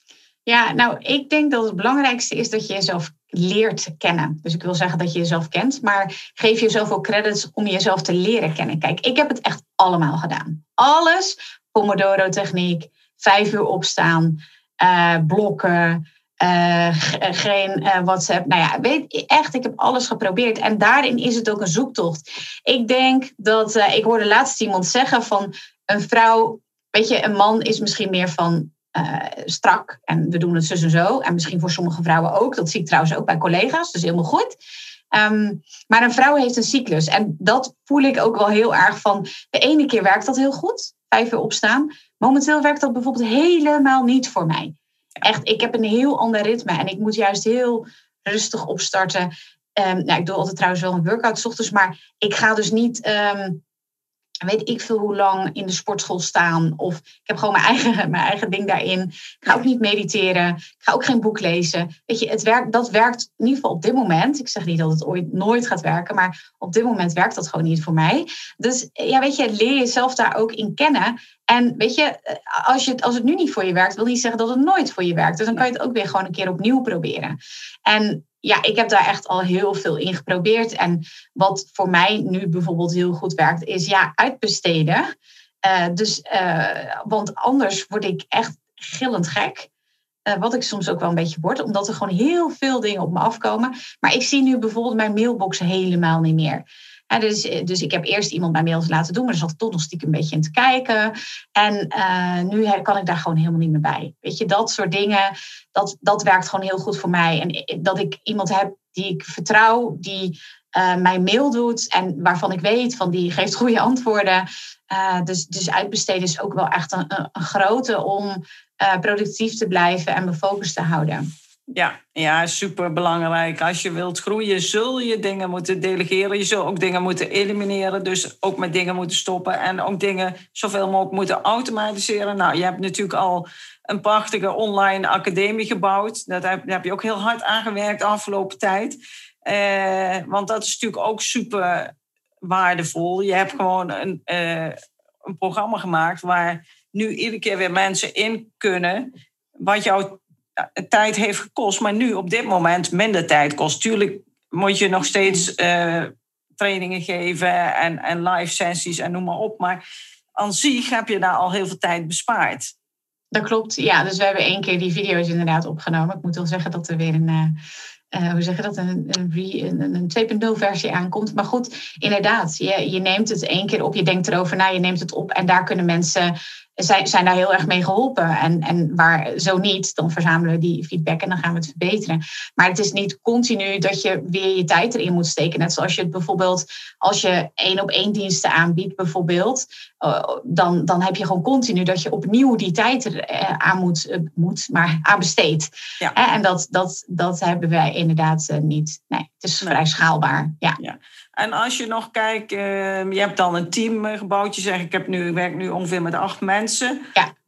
Ja, nou, ik denk dat het belangrijkste is dat je jezelf leert kennen. Dus ik wil zeggen dat je jezelf kent, maar geef jezelf ook credits om jezelf te leren kennen. Kijk, ik heb het echt allemaal gedaan. Alles, Pomodoro-techniek, vijf uur opstaan, uh, blokken, uh, g- geen uh, WhatsApp. Nou ja, weet echt, ik heb alles geprobeerd. En daarin is het ook een zoektocht. Ik denk dat, uh, ik hoorde laatst iemand zeggen van een vrouw, weet je, een man is misschien meer van Uh, strak en we doen het zus en zo. En misschien voor sommige vrouwen ook. Dat zie ik trouwens ook bij collega's. Dus helemaal goed. Um, maar een vrouw heeft een cyclus. En dat voel ik ook wel heel erg van. De ene keer werkt dat heel goed. Vijf uur opstaan. Momenteel werkt dat bijvoorbeeld helemaal niet voor mij. Echt, ik heb een heel ander ritme. En ik moet juist heel rustig opstarten. Um, nou, ik doe altijd trouwens wel een workout 's ochtends. Maar ik ga dus niet Um, weet ik veel hoe lang in de sportschool staan. Of ik heb gewoon mijn eigen, mijn eigen ding daarin. Ik ga ook niet mediteren. Ik ga ook geen boek lezen. Weet je, het werkt, dat werkt in ieder geval op dit moment. Ik zeg niet dat het ooit nooit gaat werken. Maar op dit moment werkt dat gewoon niet voor mij. Dus ja, weet je, leer jezelf daar ook in kennen. En weet je, als, je, als het nu niet voor je werkt, wil niet zeggen dat het nooit voor je werkt. Dus dan kan je het ook weer gewoon een keer opnieuw proberen. En ja, ik heb daar echt al heel veel in geprobeerd. En wat voor mij nu bijvoorbeeld heel goed werkt, is ja, uitbesteden. Uh, dus, uh, want anders word ik echt gillend gek. Uh, wat ik soms ook wel een beetje word, omdat er gewoon heel veel dingen op me afkomen. Maar ik zie nu bijvoorbeeld mijn mailbox helemaal niet meer. Ja, dus, dus ik heb eerst iemand mijn mails laten doen, maar er zat toch nog stiekem een beetje in te kijken. En uh, nu kan ik daar gewoon helemaal niet meer bij. Weet je, dat soort dingen, dat, dat werkt gewoon heel goed voor mij. En dat ik iemand heb die ik vertrouw, die uh, mijn mail doet en waarvan ik weet, van die geeft goede antwoorden. Uh, dus, dus uitbesteden is ook wel echt een, een grote om uh, productief te blijven en me focus te houden. Ja, ja, super belangrijk. Als je wilt groeien, zul je dingen moeten delegeren. Je zult ook dingen moeten elimineren. Dus ook met dingen moeten stoppen. En ook dingen zoveel mogelijk moeten automatiseren. Nou, je hebt natuurlijk al een prachtige online academie gebouwd. Daar heb, heb je ook heel hard aan gewerkt de afgelopen tijd. Eh, want dat is natuurlijk ook super waardevol. Je hebt gewoon een, eh, een programma gemaakt waar nu iedere keer weer mensen in kunnen. Wat jouw tijd heeft gekost, maar nu op dit moment minder tijd kost. Tuurlijk moet je nog steeds uh, trainingen geven en, en live sessies en noem maar op. Maar aan zich heb je daar al heel veel tijd bespaard. Dat klopt, ja. Dus we hebben één keer die video's inderdaad opgenomen. Ik moet wel zeggen dat er weer een, uh, uh, hoe zeg je dat, een, een, een, een twee punt nul versie aankomt. Maar goed, inderdaad, je, je neemt het één keer op, je denkt erover na, je neemt het op en daar kunnen mensen Zijn, zijn daar heel erg mee geholpen. En, en waar zo niet, dan verzamelen we die feedback en dan gaan we het verbeteren. Maar het is niet continu dat je weer je tijd erin moet steken. Net zoals je het bijvoorbeeld, als je één op één diensten aanbiedt bijvoorbeeld, uh, dan, dan heb je gewoon continu dat je opnieuw die tijd er uh, aan moet, uh, moet, maar aan besteedt. Ja. Uh, en dat, dat, dat hebben wij inderdaad uh, niet. Nee, het is nee. vrij schaalbaar. Ja. Ja. En als je nog kijkt, uh, je hebt dan een team gebouwd. Je zegt, ik, heb nu, ik werk nu ongeveer met acht mensen. Ja.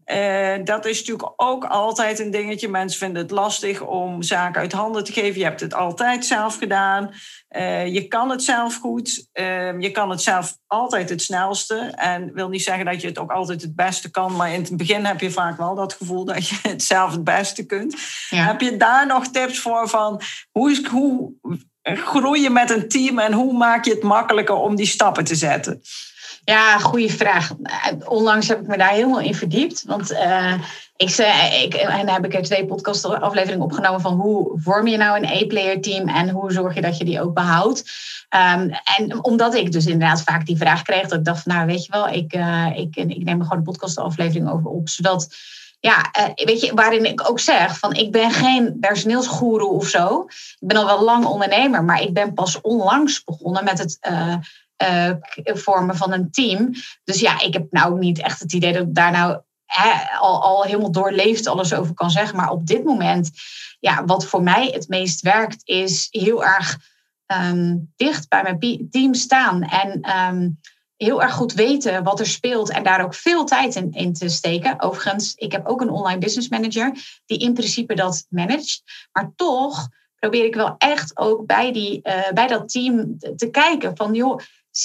Uh, dat is natuurlijk ook altijd een dingetje. Mensen vinden het lastig om zaken uit handen te geven. Je hebt het altijd zelf gedaan. Uh, je kan het zelf goed. Uh, je kan het zelf altijd het snelste. En wil niet zeggen dat je het ook altijd het beste kan. Maar in het begin heb je vaak wel dat gevoel dat je het zelf het beste kunt. Ja. Heb je daar nog tips voor van hoe, hoe groei je met een team en hoe maak je het makkelijker om die stappen te zetten? Ja, goede vraag. Onlangs heb ik me daar helemaal in verdiept. Want uh, ik zei, ik, en dan heb ik er twee podcastafleveringen opgenomen van hoe vorm je nou een A-player team en hoe zorg je dat je die ook behoudt. Um, en omdat ik dus inderdaad vaak die vraag kreeg, dat ik dacht van nou weet je wel, ik, uh, ik, ik neem er gewoon een podcastaflevering over op, zodat ja, uh, weet je, waarin ik ook zeg van ik ben geen personeelsgoeroe of zo. Ik ben al wel lang ondernemer, maar ik ben pas onlangs begonnen met het Uh, Uh, vormen van een team. Dus ja, ik heb nou ook niet echt het idee dat ik daar nou hè, al, al helemaal doorleefd alles over kan zeggen. Maar op dit moment, ja, wat voor mij het meest werkt, is heel erg um, dicht bij mijn team staan. En um, heel erg goed weten wat er speelt en daar ook veel tijd in, in te steken. Overigens, ik heb ook een online business manager die in principe dat managt. Maar toch probeer ik wel echt ook bij, die, uh, bij dat team te, te kijken van joh,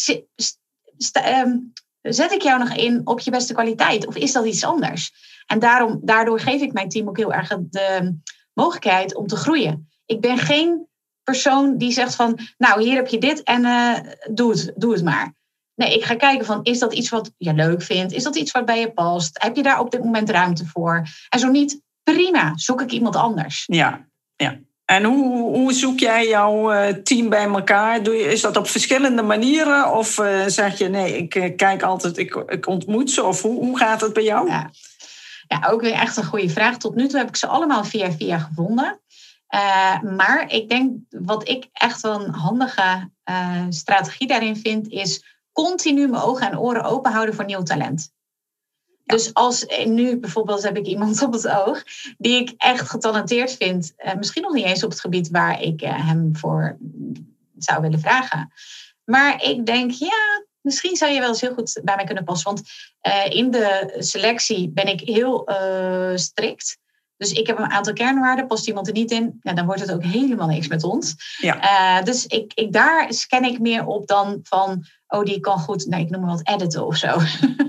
zet ik jou nog in op je beste kwaliteit? Of is dat iets anders? En daarom, daardoor geef ik mijn team ook heel erg de mogelijkheid om te groeien. Ik ben geen persoon die zegt van nou, hier heb je dit en uh, doe, het, doe het maar. Nee, ik ga kijken van is dat iets wat je leuk vindt? Is dat iets wat bij je past? Heb je daar op dit moment ruimte voor? En zo niet, prima, zoek ik iemand anders. Ja, ja. En hoe, hoe zoek jij jouw team bij elkaar? Doe je, is dat op verschillende manieren? Of uh, zeg je, nee, ik uh, kijk altijd, ik, ik ontmoet ze? Of hoe, hoe gaat het bij jou? Ja. ja, ook weer echt een goede vraag. Tot nu toe heb ik ze allemaal via via gevonden. Uh, maar ik denk, wat ik echt wel een handige uh, strategie daarin vind, is continu mijn ogen en oren open houden voor nieuw talent. Ja. Dus als nu bijvoorbeeld heb ik iemand op het oog die ik echt getalenteerd vind. Uh, misschien nog niet eens op het gebied waar ik uh, hem voor zou willen vragen. Maar ik denk, ja, misschien zou je wel eens heel goed bij mij kunnen passen. Want uh, in de selectie ben ik heel uh, strikt. Dus ik heb een aantal kernwaarden. Past iemand er niet in, ja, dan wordt het ook helemaal niks met ons. Ja. Uh, dus ik, ik, daar scan ik meer op dan van, oh, die kan goed, nee, ik noem maar wat editen of zo.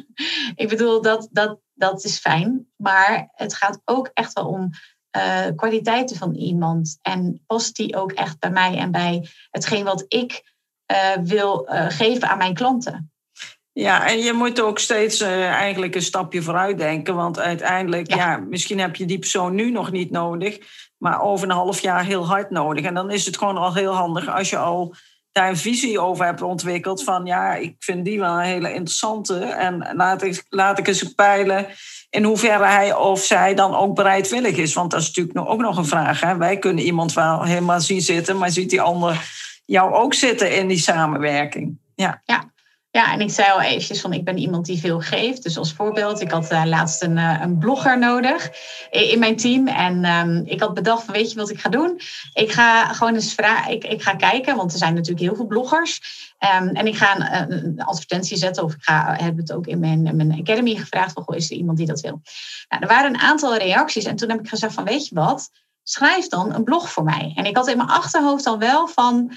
Ik bedoel, dat, dat, dat is fijn. Maar het gaat ook echt wel om uh, kwaliteiten van iemand. En past die ook echt bij mij en bij hetgeen wat ik uh, wil uh, geven aan mijn klanten. Ja, en je moet ook steeds uh, eigenlijk een stapje vooruit denken. Want uiteindelijk, ja. ja, misschien heb je die persoon nu nog niet nodig. Maar over een half jaar heel hard nodig. En dan is het gewoon al heel handig als je al daar een visie over hebt ontwikkeld. Van ja, ik vind die wel een hele interessante. En laat ik, laat ik eens peilen in hoeverre hij of zij dan ook bereidwillig is. Want dat is natuurlijk ook nog een vraag. Hè? Wij kunnen iemand wel helemaal zien zitten. Maar ziet die ander jou ook zitten in die samenwerking? Ja, ja. Ja, en ik zei al eventjes van ik ben iemand die veel geeft. Dus als voorbeeld, ik had uh, laatst een, uh, een blogger nodig in mijn team. En um, ik had bedacht van weet je wat ik ga doen? Ik ga gewoon eens vragen, ik, ik ga kijken, want er zijn natuurlijk heel veel bloggers. Um, en ik ga een, een advertentie zetten of ik ga, heb het ook in mijn, in mijn academy gevraagd van goh, is er iemand die dat wil? Nou, er waren een aantal reacties en toen heb ik gezegd van weet je wat? Schrijf dan een blog voor mij. En ik had in mijn achterhoofd al wel van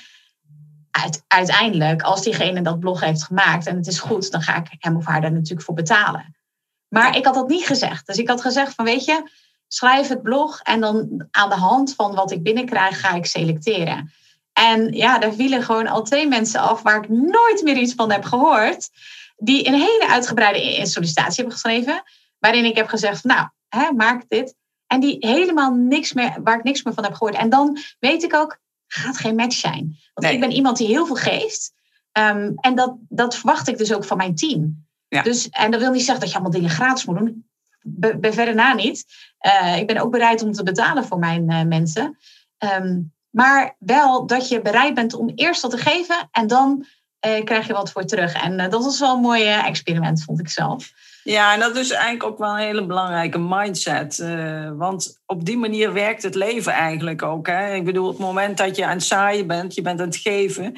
uiteindelijk, als diegene dat blog heeft gemaakt en het is goed, dan ga ik hem of haar daar natuurlijk voor betalen. Maar ik had dat niet gezegd. Dus ik had gezegd van weet je, schrijf het blog en dan aan de hand van wat ik binnenkrijg ga ik selecteren. En ja, daar vielen gewoon al twee mensen af waar ik nooit meer iets van heb gehoord. Die een hele uitgebreide sollicitatie hebben geschreven. Waarin ik heb gezegd, nou, hè, maak dit. En die helemaal niks meer, waar ik niks meer van heb gehoord. En dan weet ik ook, gaat geen match zijn. Want nee. Ik ben iemand die heel veel geeft. Um, en dat, dat verwacht ik dus ook van mijn team. Ja. Dus, en dat wil niet zeggen dat je allemaal dingen gratis moet doen. Be, be verder na niet. Uh, ik ben ook bereid om te betalen voor mijn uh, mensen. Um, maar wel dat je bereid bent om eerst wat te geven. En dan uh, krijg je wat voor terug. En uh, dat was wel een mooi uh, experiment, vond ik zelf. Ja, en dat is eigenlijk ook wel een hele belangrijke mindset. Uh, want op die manier werkt het leven eigenlijk ook. Hè? Ik bedoel, op het moment dat je aan het zaaien bent, je bent aan het geven,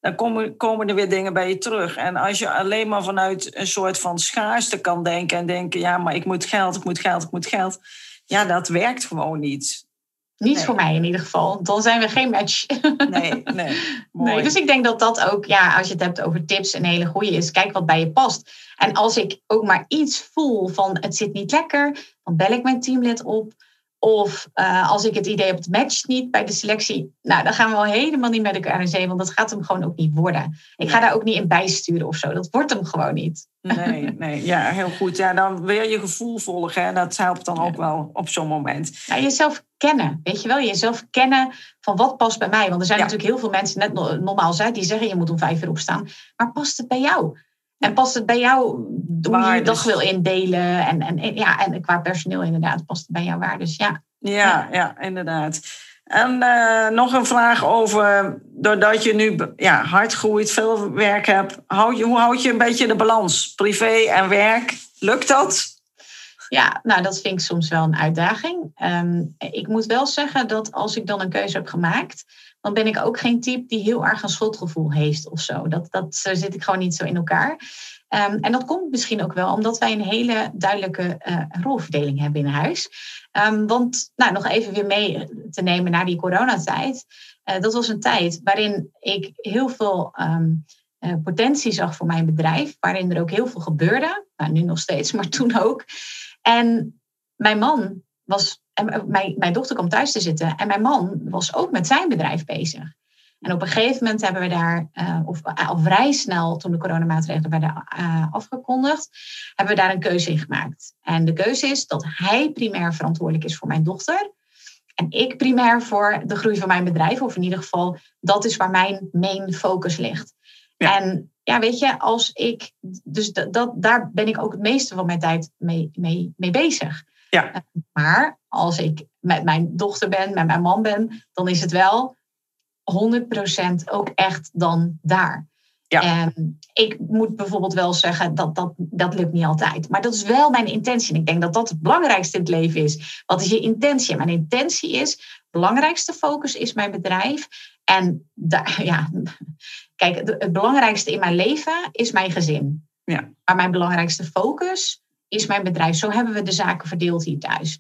dan komen, komen er weer dingen bij je terug. En als je alleen maar vanuit een soort van schaarste kan denken... en denken, ja, maar ik moet geld, ik moet geld, ik moet geld... ja, dat werkt gewoon niet. Niet nee. voor mij in ieder geval. Dan zijn we geen match. Nee, nee. Mooi. nee. Dus ik denk dat dat ook, ja, als je het hebt over tips... een hele goede is, kijk wat bij je past. En als ik ook maar iets voel van het zit niet lekker... dan bel ik mijn teamlid op... Of uh, als ik het idee heb, het matcht niet bij de selectie. Nou, dan gaan we al helemaal niet met elkaar in zee. Want dat gaat hem gewoon ook niet worden. Ik ga daar ook niet in bijsturen of zo. Dat wordt hem gewoon niet. Nee, nee. Ja, heel goed. Ja, dan weer je gevoel volgen. Hè. Dat helpt dan ook wel op zo'n moment. Ja, jezelf kennen. Weet je wel? Jezelf kennen van wat past bij mij. Want er zijn ja. natuurlijk heel veel mensen, net normaal zijn, die zeggen je moet om vijf uur opstaan. Maar past het bij jou? En past het bij jou hoe je je dag wil indelen? En, en, ja, en qua personeel inderdaad, past het bij jouw waardes? Ja, ja, ja. ja inderdaad. En uh, nog een vraag over, doordat je nu ja, hard groeit, veel werk hebt. Houd je, hoe houd je een beetje de balans? Privé en werk, lukt dat? Ja, nou dat vind ik soms wel een uitdaging. Um, ik moet wel zeggen dat als ik dan een keuze heb gemaakt... dan ben ik ook geen type die heel erg een schuldgevoel heeft of zo. Dat, dat zo zit ik gewoon niet zo in elkaar. Um, en dat komt misschien ook wel omdat wij een hele duidelijke uh, rolverdeling hebben in huis. Um, want nou, nog even weer mee te nemen naar die coronatijd. Uh, dat was een tijd waarin ik heel veel um, uh, potentie zag voor mijn bedrijf. Waarin er ook heel veel gebeurde. Nou, nu nog steeds, maar toen ook. En mijn man was... En mijn, mijn dochter kwam thuis te zitten. En mijn man was ook met zijn bedrijf bezig. En op een gegeven moment hebben we daar, uh, of al vrij snel toen de coronamaatregelen werden uh, afgekondigd, hebben we daar een keuze in gemaakt. En de keuze is dat hij primair verantwoordelijk is voor mijn dochter. En ik primair voor de groei van mijn bedrijf. Of in ieder geval, dat is waar mijn main focus ligt. Ja. En ja, weet je, als ik, dus dat, dat, daar ben ik ook het meeste van mijn tijd mee, mee, mee bezig. Ja. Uh, maar als ik met mijn dochter ben, met mijn man ben, dan is het wel honderd procent ook echt dan daar. Ja. En ik moet bijvoorbeeld wel zeggen, dat, dat dat lukt niet altijd. Maar dat is wel mijn intentie. En ik denk dat dat het belangrijkste in het leven is. Wat is je intentie? En mijn intentie is, belangrijkste focus is mijn bedrijf. En da- ja, kijk, het, het belangrijkste in mijn leven is mijn gezin. Ja. Maar mijn belangrijkste focus is mijn bedrijf. Zo hebben we de zaken verdeeld hier thuis.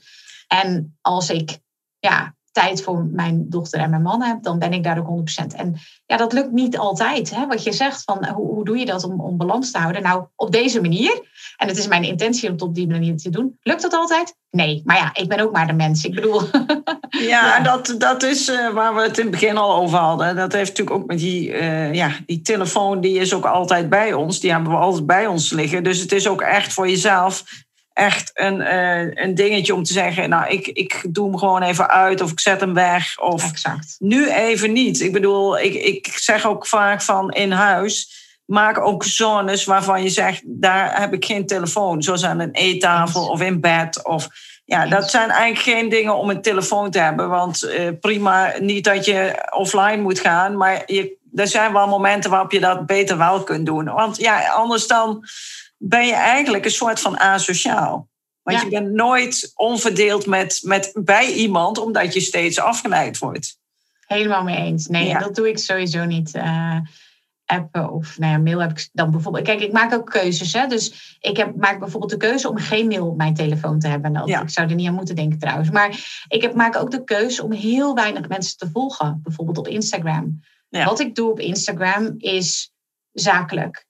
En als ik ja, tijd voor mijn dochter en mijn man heb, dan ben ik daar ook honderd procent. En ja, dat lukt niet altijd. Hè? Wat je zegt, van hoe, hoe doe je dat om, om balans te houden? Nou, op deze manier. En het is mijn intentie om het op die manier te doen. Lukt dat altijd? Nee. Maar ja, ik ben ook maar de mens. Ik bedoel... Ja, ja. Dat, dat is uh, waar we het in het begin al over hadden. Dat heeft natuurlijk ook met die, uh, ja, die telefoon, die is ook altijd bij ons. Die hebben we altijd bij ons liggen. Dus het is ook echt voor jezelf echt een, uh, een dingetje om te zeggen, nou, ik, ik doe hem gewoon even uit of ik zet hem weg. Of exact. Nu even niet. Ik bedoel, ik, ik zeg ook vaak van in huis, maak ook zones waarvan je zegt, daar heb ik geen telefoon. Zoals aan een eettafel of in bed. Of, ja, dat zijn eigenlijk geen dingen om een telefoon te hebben. Want uh, prima, niet dat je offline moet gaan, maar je, er zijn wel momenten waarop je dat beter wel kunt doen. Want ja, anders dan ben je eigenlijk een soort van asociaal. Want ja. je bent nooit onverdeeld met, met bij iemand, omdat je steeds afgeleid wordt. Helemaal mee eens. Nee, ja. dat doe ik sowieso niet. Uh, appen of nou ja, mail heb ik dan bijvoorbeeld. Kijk, ik maak ook keuzes. Hè? Dus ik heb, maak bijvoorbeeld de keuze om geen mail op mijn telefoon te hebben. Nou, ja. Ik zou er niet aan moeten denken trouwens. Maar ik heb, maak ook de keuze om heel weinig mensen te volgen. Bijvoorbeeld op Instagram. Ja. Wat ik doe op Instagram is zakelijk.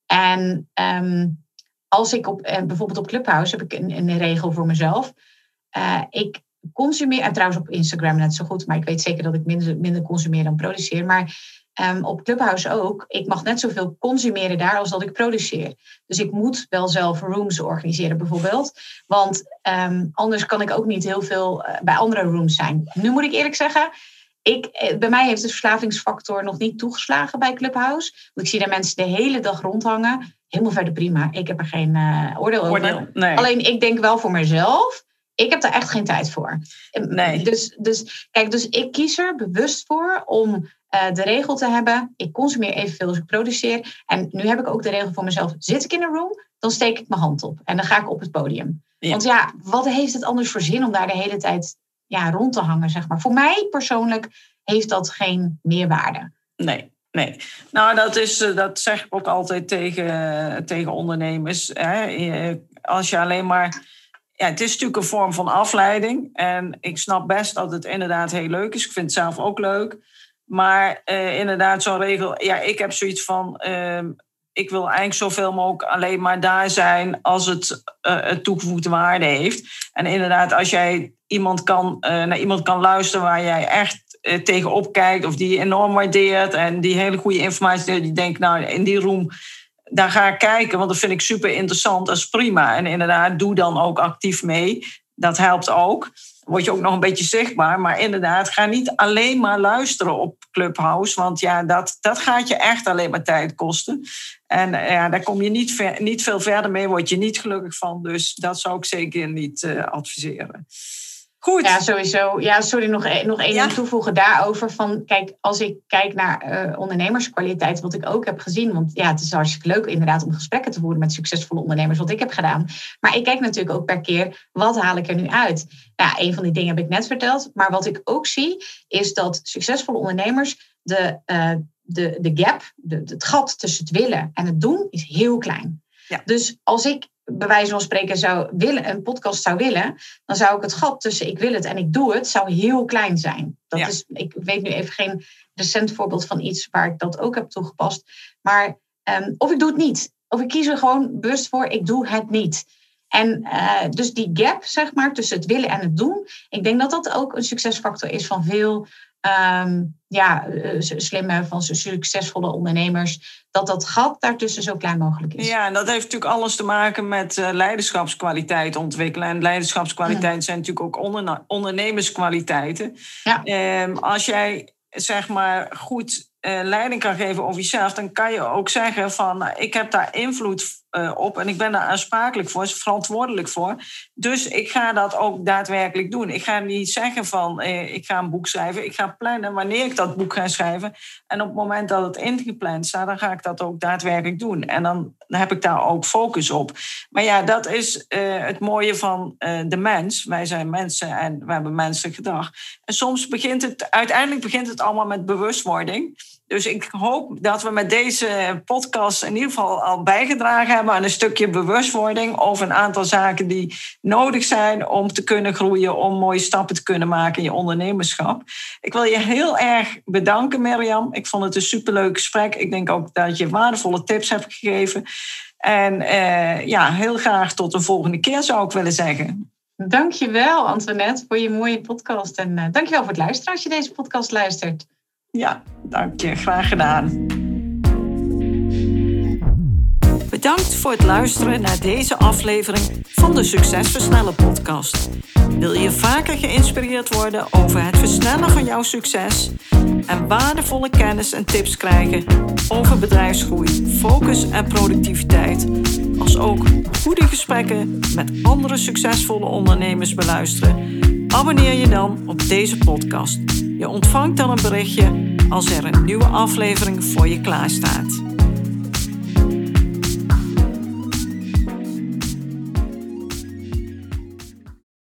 En um, als ik op, uh, bijvoorbeeld op Clubhouse heb ik een, een regel voor mezelf. Uh, ik consumeer, en trouwens op Instagram net zo goed, maar ik weet zeker dat ik minder, minder consumeer dan produceer. Maar um, op Clubhouse ook, ik mag net zoveel consumeren daar als dat ik produceer. Dus ik moet wel zelf rooms organiseren bijvoorbeeld. Want um, anders kan ik ook niet heel veel uh, bij andere rooms zijn. Nu moet ik eerlijk zeggen, Ik, bij mij heeft de verslavingsfactor nog niet toegeslagen bij Clubhouse. Want ik zie daar mensen de hele dag rondhangen. Helemaal verder prima. Ik heb er geen uh, oordeel over. Oordeel, nee. Alleen ik denk wel voor mezelf. Ik heb daar echt geen tijd voor. Nee. Dus, dus, kijk, dus ik kies er bewust voor om uh, de regel te hebben. Ik consumeer evenveel als ik produceer. En nu heb ik ook de regel voor mezelf. Zit ik in een room, dan steek ik mijn hand op. En dan ga ik op het podium. Ja. Want ja, wat heeft het anders voor zin om daar de hele tijd ja, rond te hangen, zeg maar. Voor mij persoonlijk heeft dat geen meerwaarde. Nee. Nee, nou dat, is, dat zeg ik ook altijd tegen, tegen ondernemers. Hè. Als je alleen maar... Ja, het is natuurlijk een vorm van afleiding. En ik snap best dat het inderdaad heel leuk is. Ik vind het zelf ook leuk. Maar uh, inderdaad zo'n regel... Ja, ik heb zoiets van... Uh, ik wil eigenlijk zoveel mogelijk alleen maar daar zijn als het uh, toegevoegde waarde heeft. En inderdaad, als jij iemand kan, uh, naar iemand kan luisteren waar jij echt uh, tegenop kijkt... of die je enorm waardeert en die hele goede informatie... die denkt, nou, in die room... daar ga ik kijken, want dat vind ik super interessant. Dat is prima. En inderdaad, doe dan ook actief mee. Dat helpt ook. Dan word je ook nog een beetje zichtbaar. Maar inderdaad, ga niet alleen maar luisteren op Clubhouse. Want ja, dat, dat gaat je echt alleen maar tijd kosten. En ja, daar kom je niet, ver, niet veel verder mee. Word je niet gelukkig van. Dus dat zou ik zeker niet uh, adviseren. Goed. Ja, sowieso. Ja, sorry, nog, nog één ja. ding toevoegen daarover. Van, kijk, als ik kijk naar uh, ondernemerskwaliteit, wat ik ook heb gezien. Want ja, het is hartstikke leuk inderdaad om gesprekken te voeren met succesvolle ondernemers, wat ik heb gedaan. Maar ik kijk natuurlijk ook per keer, wat haal ik er nu uit? Nou, een van die dingen heb ik net verteld. Maar wat ik ook zie, is dat succesvolle ondernemers, de, uh, de, de gap, de, het gat tussen het willen en het doen, is heel klein. Ja. Dus als ik bij wijze van spreken zou willen, een podcast zou willen, dan zou ik het gat tussen ik wil het en ik doe het, zou heel klein zijn. Dat ja. is, ik weet nu even geen recent voorbeeld van iets waar ik dat ook heb toegepast. Maar um, of ik doe het niet. Of ik kies er gewoon bewust voor, ik doe het niet. En uh, dus die gap, zeg maar, tussen het willen en het doen, ik denk dat dat ook een succesfactor is van veel um, ja, slimme, van succesvolle ondernemers, dat dat gat daartussen zo klein mogelijk is. Ja, en dat heeft natuurlijk alles te maken met uh, leiderschapskwaliteit ontwikkelen. En leiderschapskwaliteiten ja. zijn natuurlijk ook onder, ondernemerskwaliteiten. Ja. Um, als jij, zeg maar, goed uh, leiding kan geven over jezelf, dan kan je ook zeggen van, nou, ik heb daar invloed uh, op en ik ben daar aansprakelijk voor, verantwoordelijk voor. Dus ik ga dat ook daadwerkelijk doen. Ik ga niet zeggen van, uh, ik ga een boek schrijven. Ik ga plannen wanneer ik dat boek ga schrijven. En op het moment dat het ingepland staat, dan ga ik dat ook daadwerkelijk doen. En dan heb ik daar ook focus op. Maar ja, dat is uh, het mooie van uh, de mens. Wij zijn mensen en we hebben menselijk gedrag. En soms begint het, uiteindelijk begint het allemaal met bewustwording. Dus ik hoop dat we met deze podcast in ieder geval al bijgedragen hebben aan een stukje bewustwording over een aantal zaken die nodig zijn om te kunnen groeien, om mooie stappen te kunnen maken in je ondernemerschap. Ik wil je heel erg bedanken, Mirjam. Ik vond het een superleuk gesprek. Ik denk ook dat je waardevolle tips hebt gegeven. En uh, ja, heel graag tot de volgende keer zou ik willen zeggen. Dankjewel, Antoinette, voor je mooie podcast. En uh, dankjewel voor het luisteren als je deze podcast luistert. Ja, dank je. Graag gedaan. Bedankt voor het luisteren naar deze aflevering van de Succesversnellen podcast. Wil je vaker geïnspireerd worden over het versnellen van jouw succes en waardevolle kennis en tips krijgen over bedrijfsgroei, focus en productiviteit, als ook goede gesprekken met andere succesvolle ondernemers beluisteren? Abonneer je dan op deze podcast. Je ontvangt dan een berichtje als er een nieuwe aflevering voor je klaar staat.